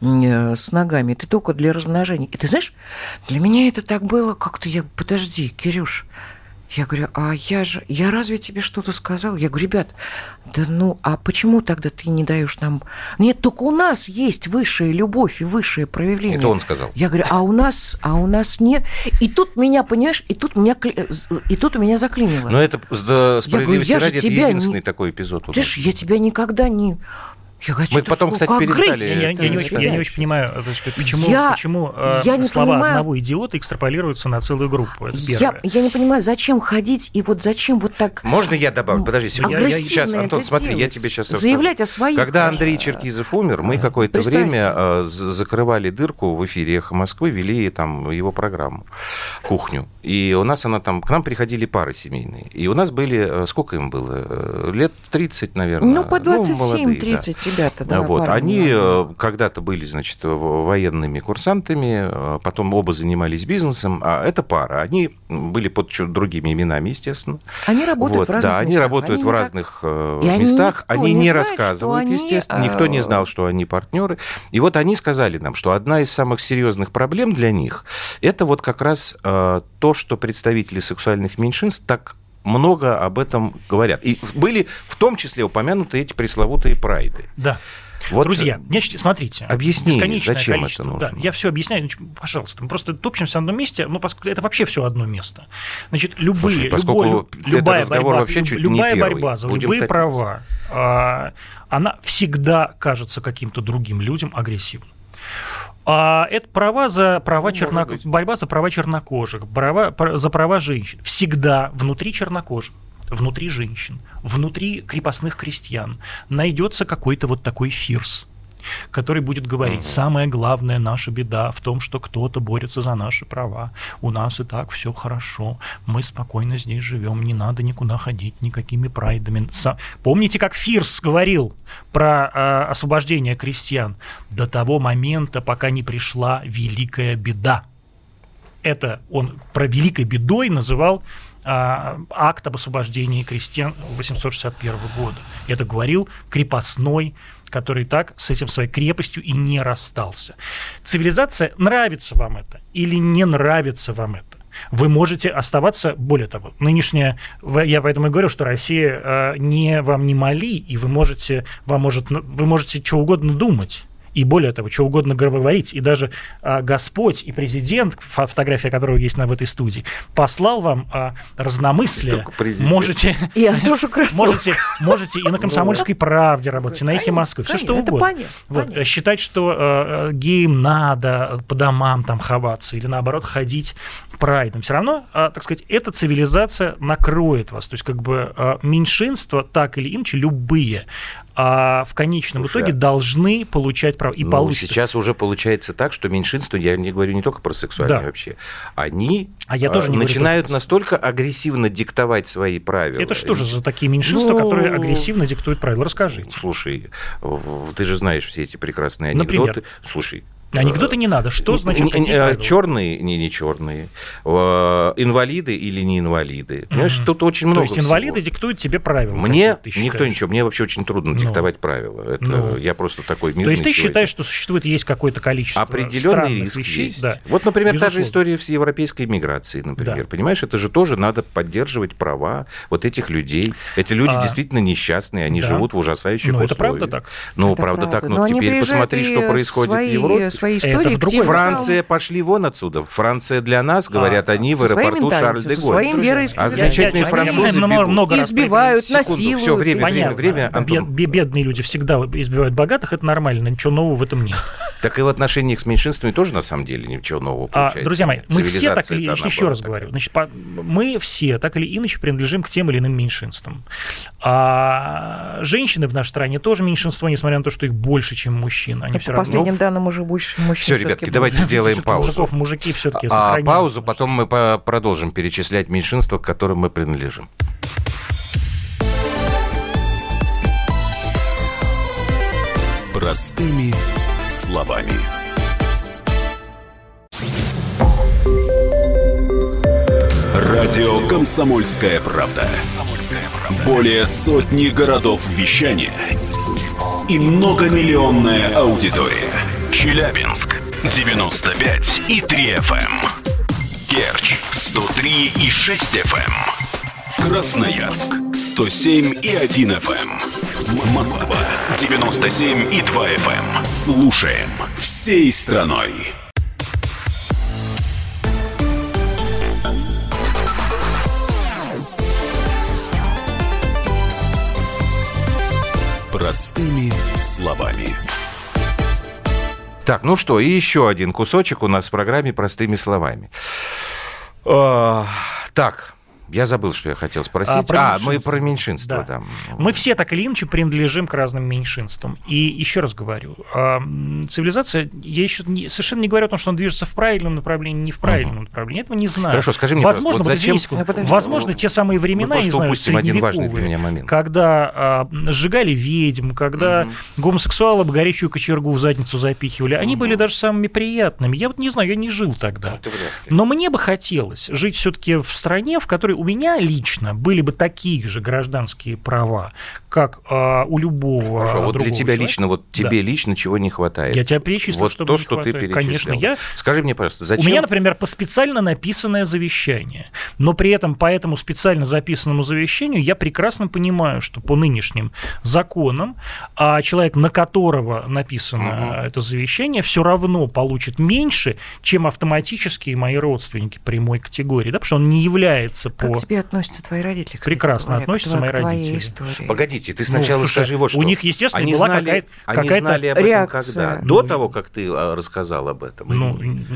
с ногами, ты только для размножения. И ты знаешь, для меня это так было как-то, я, подожди, Кирюш, я говорю, а я же, я разве тебе что-то сказал? Я говорю, ребят, да ну, а почему тогда ты не даешь нам... Нет, только у нас есть высшая любовь и высшее проявление. Это он сказал. Я говорю, а у нас, а у нас нет. И тут меня, понимаешь, и тут меня, и тут у меня заклинило. Но это справедливости ради, это единственный не... такой эпизод. Ты ж, я тебя никогда не... Я хочу, Мы потом, кстати, перестали... Я, я, не очень, я не очень понимаю, почему, я, почему я не слова понимаю... одного идиота экстраполируются на целую группу. Это я, я не понимаю, зачем ходить и вот зачем вот так... Можно я добавлю? Подожди, сегодня я, я сейчас, Антон, смотри, делать. я тебе сейчас... Заявлять о своих... Когда Андрей Черкизов умер, мы какое-то время закрывали дырку в эфире «Эхо Москвы», вели там его программу «Кухню». И у нас она там... К нам приходили пары семейные. И у нас были... Сколько им было? Лет тридцать, наверное. Ну, по двадцать семь тридцать, да. Ребята, да, вот. Они когда-то были, значит, военными курсантами, потом оба занимались бизнесом, а это пара. Они были под другими именами, естественно. Они работают вот, в разных да, они местах. работают они в разных так... местах. Они, они не, не рассказывают, они... естественно. Никто не знал, что они партнеры. И вот они сказали нам, что одна из самых серьезных проблем для них это вот как раз то, что представители сексуальных меньшинств так много об этом говорят. И были в том числе упомянуты эти пресловутые прайды. Да. Вот, друзья, значит, смотрите. Объясни, зачем это нужно. Да, я все объясняю, пожалуйста. Мы просто топчемся в одном месте, но поскольку это вообще все одно место. Значит, любые, Слушай, любой, любая борьба, вообще чуть любая не борьба за Будем любые топиться. права, а, она всегда кажется каким-то другим людям агрессивной. А это права за права ну, черно... борьба за права чернокожих, права, за права женщин. Всегда внутри чернокожих, внутри женщин, внутри крепостных крестьян найдется какой-то вот такой фирс, который будет говорить, угу. самая главная наша беда в том, что кто-то борется за наши права. У нас и так все хорошо, мы спокойно здесь живем, не надо никуда ходить, никакими прайдами. Помните, как Фирс говорил про э, освобождение крестьян? До того момента, пока не пришла великая беда. Это он про великой бедой называл э, акт об освобождении крестьян восемьсот шестьдесят первого года. Это говорил крепостной, который так с этим своей крепостью и не расстался. Цивилизация, нравится вам это или не нравится вам это, вы можете оставаться, более того, нынешняя, я поэтому и говорю, что Россия не вам не Мали, и вы можете, вам может, вы можете что угодно думать. И более того, что угодно говорить, и даже а, Господь и президент, фотография которого есть на, в этой студии, послал вам а, разномыслие. Можете, и можете, можете и на «Комсомольской правде» работать, и на «Эхе Москвы», все что угодно. Понятно, вот, понятно. Считать, что а, геям надо по домам там ховаться, или наоборот ходить прайдом. Все равно, а, так сказать, эта цивилизация накроет вас. То есть как бы а, меньшинства, так или иначе, любые, а в конечном Слушай, итоге должны получать право. И ну, получится. Сейчас уже получается так, что меньшинство, я не говорю не только про сексуальное да. вообще, они а я тоже не начинают настолько агрессивно диктовать свои правила. Это что же за такие меньшинства, ну, которые агрессивно диктуют правила? Расскажите. Слушай, ты же знаешь все эти прекрасные анекдоты. Например? Слушай, Анекдоты не надо. Что значит какие правила? Черные, не, не черные, инвалиды или не инвалиды. Понимаешь, mm-hmm. тут очень много. То есть инвалиды всего. Диктуют тебе правила. Мне никто ничего, мне вообще очень трудно ну, диктовать правила. Это ну, я просто такой мирный То есть ты человек. считаешь, что существует есть какое-то количество определенный риск вещей? Есть. Да. Вот, например, Безусловно. Та же история с европейской миграцией, например. Да. Понимаешь, это же тоже надо поддерживать права вот этих людей. Эти люди а, действительно несчастные, они да. живут в ужасающих ну, условиях. Это правда так? Ну, это правда, правда так. Но, но теперь посмотри, что происходит свои, в Европе. Свои истории, это Франция, сам... пошли вон отсюда. Франция для нас, говорят а, они, в аэропорту Шарль-де-Голль. Своим а замечательные французы много избивают, насилуют. Все время, время, время. Бедные люди всегда избивают богатых, это нормально, ничего нового в этом нет. Так и в отношениях с меньшинствами тоже, на самом деле, ничего нового получается. А, друзья мои, мы все так или иначе, еще раз говорю, значит, по, мы все так или иначе принадлежим к тем или иным меньшинствам. А женщины в нашей стране тоже меньшинство, несмотря на то, что их больше, чем мужчин. Они по все последним равно... данным уже больше мужчин. Все, ребятки, давайте больше. Сделаем паузу. Мужиков, мужики все-таки а, паузу, потом мы продолжим перечислять меньшинства, к которым мы принадлежим. Простыми словами. Радио «Комсомольская правда». Более сотни городов вещания и многомиллионная аудитория. Челябинск девяносто пять и три эф эм. Керчь сто три и шесть эф эм. Красноярск сто семь и один эф эм. Москва девяносто семь и два эф эм. Слушаем всей страной. Простыми словами. Так, ну что, и еще один кусочек у нас в программе «Простыми словами». А, так, я забыл, что я хотел спросить. А, про а мы про меньшинство. Да. Там. Мы все так или иначе принадлежим к разным меньшинствам. И еще раз говорю, цивилизация, я еще не, совершенно не говорю о том, что она движется в правильном направлении, не в правильном uh-huh. направлении. Этого не знаю. Хорошо, скажи мне, возможно, вот зачем... Вот возможно, те самые времена, я не знаю, средневековые, когда а, сжигали ведьм, когда uh-huh. гомосексуалам горячую кочергу в задницу запихивали, они uh-huh. были даже самыми приятными. Я вот не знаю, я не жил тогда. Uh-huh. Но мне бы хотелось жить все-таки в стране, в которой у меня лично были бы такие же гражданские права, как э, у любого Хорошо, вот для тебя человека. Лично, вот тебе да. лично чего не хватает? Я тебя перечислил, вот что то, что ты перечислил. Конечно, я... Скажи мне, пожалуйста, зачем... У меня, например, по специально написанное завещание, но при этом по этому специально записанному завещанию я прекрасно понимаю, что по нынешним законам а человек, на которого написано угу. это завещание, все равно получит меньше, чем автоматически мои родственники прямой категории, да, потому что он не является по... Как к тебе относятся твои родители, кстати, прекрасно говоря, относятся мои родители. Истории. Погодите, ты сначала ну, скажи вот что. У них, естественно, они была знали, какая-то, они какая-то знали об этом реакция. когда? До ну, того, как ты рассказал об этом? Ну,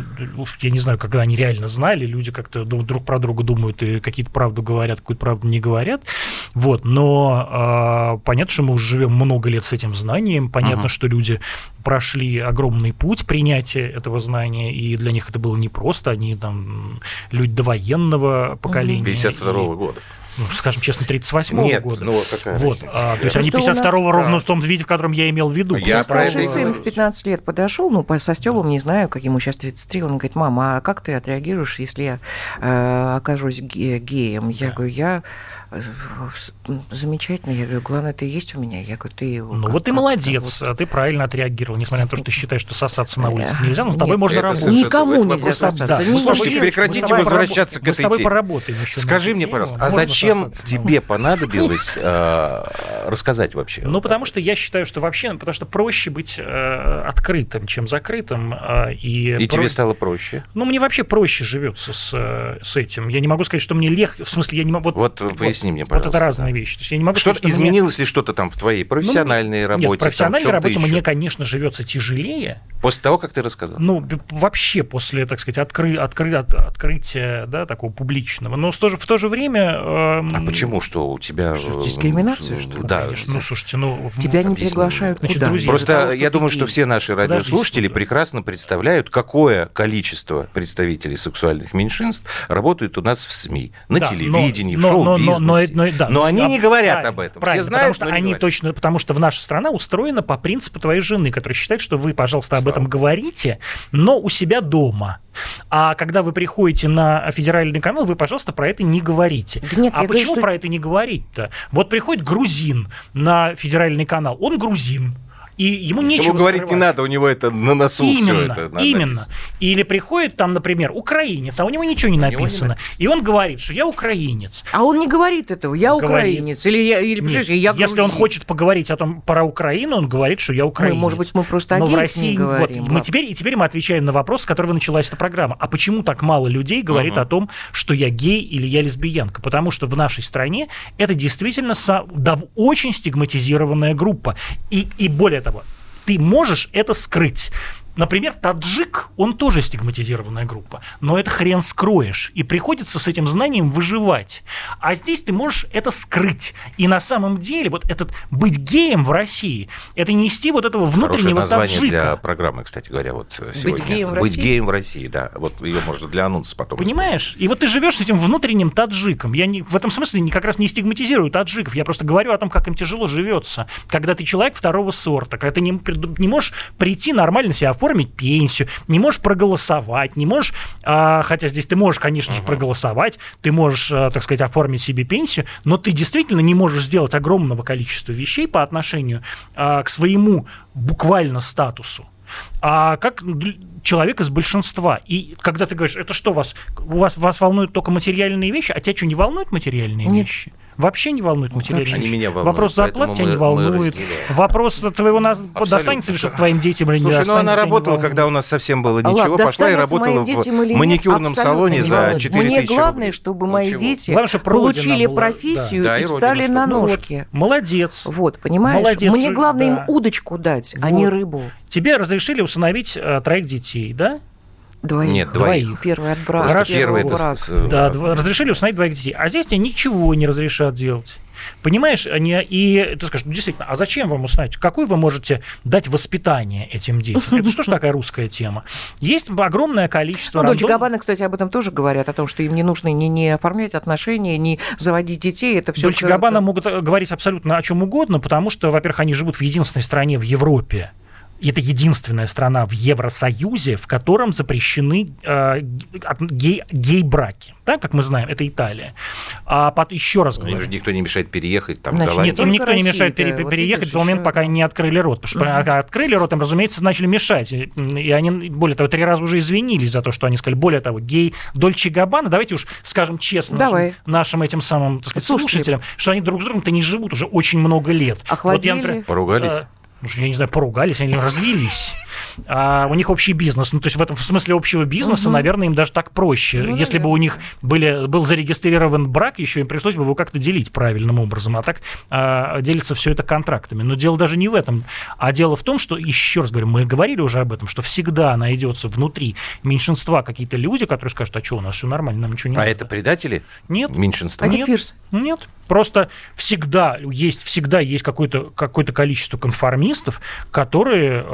я не знаю, когда они реально знали, люди как-то друг про друга думают и какие-то правду говорят, какую-то правду не говорят. Вот. Но э, понятно, что мы уже живем много лет с этим знанием, понятно, uh-huh. что люди прошли огромный путь принятия этого знания, и для них это было непросто, они там люди довоенного поколения. пятьдесят второго года. Ну, скажем честно, тридцать восьмого Нет, года. Ну, какая вот. а, то есть они пятьдесят второго нас... ровно в том виде, в котором я имел в виду. Я старший сын в пятнадцать лет подошел, ну, со Стёбом, не знаю, как ему сейчас тридцать три, он говорит: мама, а как ты отреагируешь, если я э, окажусь ге- геем? Я да. говорю, я... Замечательно. Я говорю, главное, ты есть у меня. Я говорю, ты... Ну как, вот ты молодец, вот... ты правильно отреагировал, несмотря на то, что ты считаешь, что сосаться на улице нельзя, но с тобой Нет, можно работать. Никому нельзя сосаться. Да. Ну, слушайте, прекратите возвращаться к этой теме. Мы с тобой поработаем еще. Скажи мне, пожалуйста, а зачем тебе понадобилось рассказать вообще? Ну, потому что я считаю, что вообще, потому что проще быть открытым, чем закрытым. И тебе стало проще? Ну, мне вообще проще живется с этим. Я не могу сказать, что мне легче, в смысле, я не могу... Вот поясни мне, пожалуйста. Вот это разные да. вещи. То есть я не могу что-то сказать, что изменилось мне... ли что-то там в твоей профессиональной ну, работе? Нет, в профессиональной там, работе мне, еще? конечно, живется тяжелее. После того, как ты рассказал? Ну, вообще после, так сказать, откры... Откры... От... открытия, да, такого публичного. Но в то же, в то же время Э, а почему? Что у тебя... Что, дискриминация, что ли? Да. Конечно. Ну, слушайте, ну... Тебя не приглашают Значит, куда? друзья, Просто того, я думаю, что все наши радиослушатели Подождите, прекрасно представляют, какое количество представителей сексуальных меньшинств работают у нас в СМИ, на да, телевидении, но, в шоу-бизнесе. Но, но, но, да, но они да, не говорят правильно, об этом. Правильно, все знают, потому что но не они говорят. точно, потому что в наша страна устроена по принципу твоей жены, которая считает, что вы, пожалуйста, об Слава. этом говорите, но у себя дома. А когда вы приходите на федеральный канал, вы, пожалуйста, про это не говорите. Да нет, а я почему говорю, что... про это не говорить-то? Вот приходит грузин на федеральный канал, он грузин. И ему нечего Ему говорить скрывать. не надо, у него это на носу Именно, все это. именно. Написано. Или приходит там, например, украинец, а у него ничего не У него не написано. написано. И он говорит, что я украинец. А он не говорит этого, я Говорит. украинец, или я, или, Нет, я если он грузин. хочет поговорить о том про Украину, он говорит, что я украинец. Мы, может быть, мы просто о Но в геях России не говорим. Вот, мы теперь, и теперь мы отвечаем на вопрос, с которого началась эта программа. А почему так мало людей говорит Uh-huh. о том, что я гей или я лесбиянка? Потому что в нашей стране это действительно со, да, очень стигматизированная группа. И, и более того, ты можешь это скрыть. Например, таджик, он тоже стигматизированная группа, но это хрен скроешь, и приходится с этим знанием выживать. А здесь ты можешь это скрыть. И на самом деле вот этот быть геем в России, это нести вот этого внутреннего Хорошее название таджика. для программы, кстати говоря, вот сегодня. геем в Быть России? геем в России, да. Вот ее можно для анонса потом. Понимаешь? И вот ты живешь с этим внутренним таджиком. Я не, в этом смысле не, как раз не стигматизирую таджиков. Я просто говорю о том, как им тяжело живется. Когда ты человек второго сорта, когда ты не, не можешь прийти нормально себя оформить, оформить пенсию, не можешь проголосовать, не можешь, а, хотя здесь ты можешь, конечно же, uh-huh. проголосовать, ты можешь, а, так сказать, оформить себе пенсию, но ты действительно не можешь сделать огромного количества вещей по отношению а, к своему буквально статусу. А как человек из большинства. И когда ты говоришь, это что вас, у вас, вас волнуют только материальные вещи, а тебя что, не волнуют материальные Нет. вещи? Вообще не волнуют материальные Они вещи. меня волнуют, Вопрос зарплаты тебя не волнует. Вопрос твоего на... достанется ли что-то твоим детям или не Слушай, достанется. ну она работала, когда у нас совсем было ничего, Ладно, пошла и достанется работала моим детям или в нет, маникюрном абсолютно салоне не за волнует. четыре Мне тысячи главное, рублей. чтобы Ну, мои чего? дети Главное, чтобы получили родина была, профессию да. Да, и и встали родина, на чтобы- ножки. Молодец. Вот, понимаешь? Молодец, Мне что- главное да. им удочку дать, а Вот. не рыбу. Тебе разрешили усыновить э, троих детей, да? Двоих. Нет, двоих. Первый от брака. Хорошо. Первый первого это брака. с- с- Да, дв- разрешили усыновить двоих детей. А здесь тебе ничего не разрешат делать. Понимаешь, они, и ты скажешь, ну действительно, а зачем вам усыновить? Какое вы можете дать воспитание этим детям? Это что ж такая русская тема? Есть огромное количество... Ну, Дольче рандом- Габбана, кстати, об этом тоже говорят, о том, что им не нужно ни, не оформлять отношения, ни заводить детей. Это все. Дольче Габбана могут говорить абсолютно о чем угодно, потому что, во-первых, они живут в единственной стране в Европе. И это единственная страна в Евросоюзе, в котором запрещены э, гей, гей-браки. Да, как мы знаем, это Италия. А под, еще раз Им говорю. же никто не мешает переехать там, Значит, Голландию. Нет, им только никто не Россия, мешает пере- да, вот переехать видишь, в тот момент, еще- пока не открыли рот. Потому что Мгм. пока открыли рот, им, разумеется, начали мешать. И и они, более того, три раза уже извинились за то, что они сказали. Более того, гей Дольче Габбана, давайте уж скажем честно Давай. нашим, нашим этим самым, так сказать, Слушателям. слушателям, что они друг с другом-то не живут уже очень много лет. Охладели? Вот я, например, Поругались? э, ну, я не знаю, поругались, они развелись. А у них общий бизнес. Ну, то есть в этом в смысле общего бизнеса, Мгм. наверное, им даже так проще. Ну, Если бы у них были, был зарегистрирован брак, еще им пришлось бы его как-то делить правильным образом. А так а, делится все это контрактами. Но дело даже не в этом. А дело в том, что, еще раз говорю, мы говорили уже об этом, что всегда найдется внутри меньшинства какие-то люди, которые скажут, а что, у нас все нормально, нам ничего не А надо. это предатели? Нет. Меньшинство? А это Нет. фирс. Нет, просто всегда есть, всегда есть какое-то, какое-то количество конформистов, которые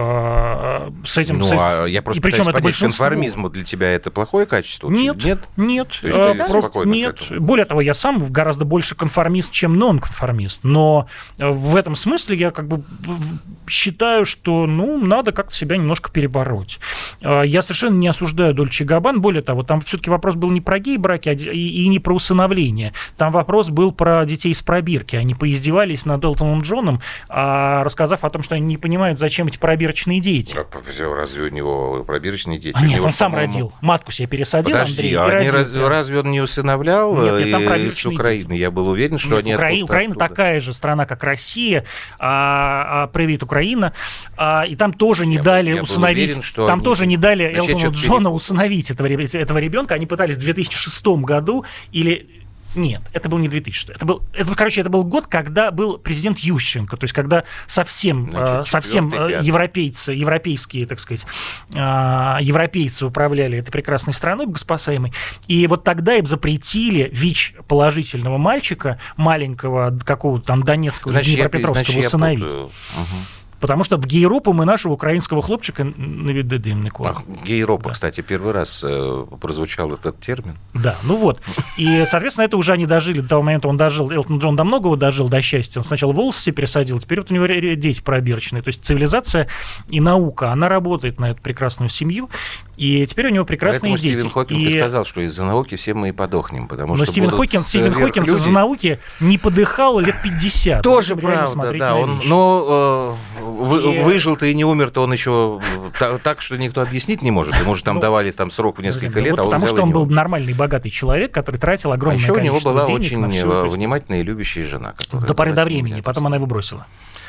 э, с этим... Ну, с этим- а я просто и причем пытаюсь это понять, большинство. конформизм для тебя это плохое качество? Нет, Нет? нет, То есть э, ты просто спокойно к нет. этому? Более того, я сам гораздо больше конформист, чем нон-конформист. Но э, в этом смысле я как бы в- считаю, что ну, надо как-то себя немножко перебороть. Э, Я совершенно не осуждаю Дольче Габбан. Более того, там все-таки вопрос был не про гей-браки а де- и, и не про усыновление. Там вопрос был про детей из пробирки. Они поиздевались над Элтоном Джоном, а, рассказав о том, что они не понимают, зачем эти пробирочные дети. А, Разве у него пробирочные дети? А У нет, него он ж, сам по-моему, родил. Матку себе пересадил, Подожди, Андрей, и а они родил раз- прям. разве он не усыновлял Нет, нет, там э, пробирочные с Украины? Я был уверен, что Нет, они Украина, откуда-то Украина оттуда. такая же страна, как Россия, а, а, привет, Украина, а, и там тоже не Я дали был- я был усыновить, уверен, что там они- тоже не дали Значит, я Элтону что-то Джона перепутал. усыновить этого, ре- этого ребенка. Они пытались в две тысячи шестом году или Нет, это был не две тысячи шестой. Это был, это, короче, это был год, когда был президент Ющенко, то есть когда совсем, Значит, совсем европейцы, европейские, так сказать, европейцы управляли этой прекрасной страной богоспасаемой. И вот тогда им запретили ВИЧ положительного мальчика, маленького какого-то там донецкого, значит, Днепропетровского, я, усыновить. Угу. Потому что в гей-ропу мы нашего украинского хлопчика наведали. А, гей-ропа, да. Кстати, первый раз э, прозвучал этот термин. Да, ну вот. И, соответственно, это уже они дожили. До того момента он дожил, Элтон Джон до многого дожил, до счастья. Он сначала волосы себе пересадил, теперь вот у него дети пробирочные. То есть цивилизация и наука, она работает на эту прекрасную семью. И теперь у него прекрасные Поэтому дети. Стивен Хокинг и... сказал, что из-за науки все мы и подохнем. Потому Но что Стивен Хокинг, Стивен Хокинг из-за науки не подыхал лет пятьдесят. Тоже правда, да. Он, но э, вы, и... выжил-то и не умер-то он еще так, так, что никто объяснить не может. Ему же там ну, давали там, срок в несколько лет, вот а он потому взял что он был нормальный, богатый человек, который тратил огромное количество денег. А еще у него была очень внимательная и любящая жена. До поры до времени, потом она его бросила.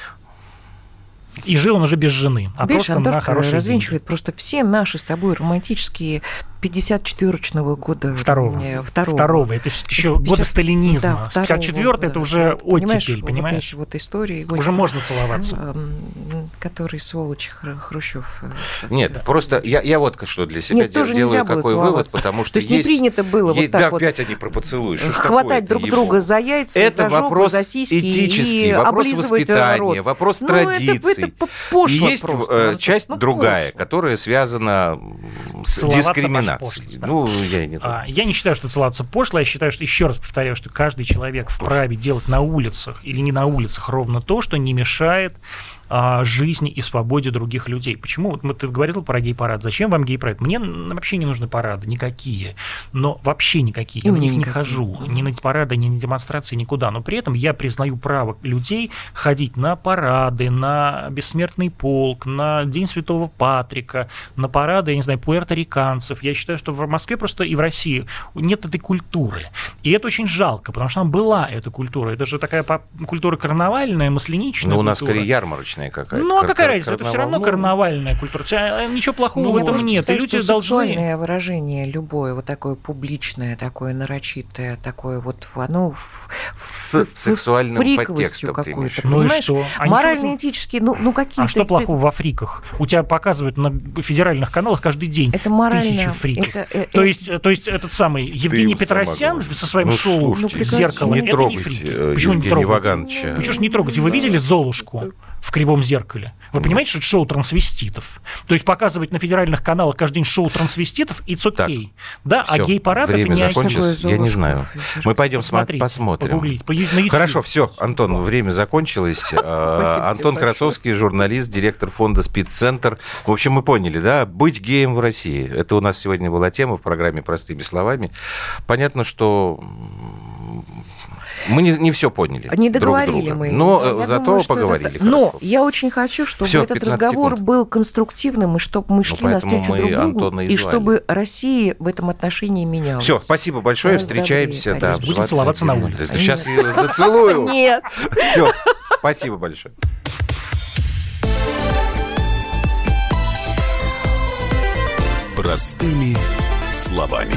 И жил он уже без жены, а Видишь, просто на хорошие развенчивает деньги. Просто все наши с тобой романтические пятьдесят четвёрочного года. Второго. Второго. Второго. Это еще пятьдесят... годы сталинизма. Да, пятьдесят четвёртый это уже вот, оттепель, понимаешь? Вот эти вот истории. Уже очень, можно целоваться. Который сволочь Хрущев. Нет, да. просто я, я вот что для себя Нет, дел, делаю какой вывод, потому что То есть, есть не принято было есть, вот так да, вот опять они про поцелуй. Хватать друг его? друга за яйца, это за жопу, вопрос за сиськи этический, и вопрос воспитания, рот. вопрос ну, традиций. Это, это пошло есть просто. часть ну, другая, пошло. которая связана с Целоваться дискриминацией. Пошлость, да. Ну, я не, а, я не считаю, что целоваться пошло. Я считаю, что, еще раз повторяю, что каждый человек вправе делать на улицах или не на улицах ровно то, что не мешает а, жизни и свободе других людей. Почему? Вот мы, ты говорил про гей-парад. Зачем вам гей-парад? Мне вообще не нужны парады, никакие. Но вообще никакие. И я на них не никакие. хожу. Ни на парады, ни на демонстрации, никуда. Но при этом я признаю право людей ходить на парады, на Бессмертный полк, на День Святого Патрика, на парады, я не знаю, пуэрториканцев. Я считаю, что в Москве просто и в России нет этой культуры. И это очень жалко, потому что там была эта культура. Это же такая культура карнавальная, масленичная. Ну, у нас культура. скорее ярмарочная какая-то. Ну, а какая разница? Это все равно карнавальная культура. Ничего плохого ну, в этом нет. Считаю, и люди что должны... сексуальное выражение любое, вот такое публичное, такое нарочитое, такое вот, оно в, с в, сексуальным фриковостью какой-то. Ну и что? А морально-этические, ну, ну какие-то... А что плохого во фриках? У тебя показывают на федеральных каналах каждый день это морально, тысячи фриков. Это, э, то, э, есть, то есть этот самый Евгений Петросян со своим ну, шоу слушайте, «Зеркало» не это трогайте, не фрики. Евгения Почему не трогать? Вагановича. Почему же не трогать? Вы видели «Золушку» в «Кривом зеркале»? Вы понимаете, что это шоу трансвеститов? То есть показывать на федеральных каналах каждый день шоу трансвеститов it's okay. Так, да, все, а гей-парад это время не закончилось, я не знаю. Мы пойдем посмотреть, посмотрим. Погуглить, по, на Хорошо, все, Антон, время закончилось. Антон Красовский, журналист, директор фонда «Спидцентр». В общем, мы поняли, да, быть геем в России. Это у нас сегодня была тема в программе «Простыми словами». Понятно, что... Мы не, не все поняли. Не договорили друг друга, мы. Но я зато думаю, поговорили. Это... Но я очень хочу, чтобы Всё, этот разговор секунд. был конструктивным, и чтобы мы шли ну, навстречу друг другу, и, и чтобы Россия в этом отношении менялась. Все, спасибо большое. Раз Встречаемся. Да, будем целоваться на улице. Сейчас я зацелую. Нет. Все, спасибо большое. Простыми словами.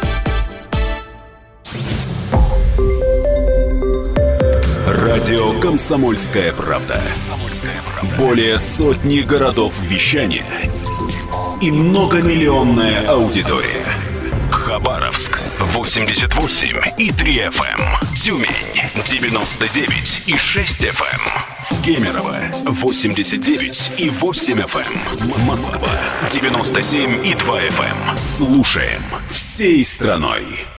Радио «Комсомольская правда». Более сотни городов вещания и многомиллионная аудитория. Хабаровск восемьдесят восемь и три эф эм, Тюмень девяносто девять и шесть эф эм, Кемерово восемьдесят девять и восемь эф эм, Москва девяносто семь и два эф эм. Слушаем всей страной.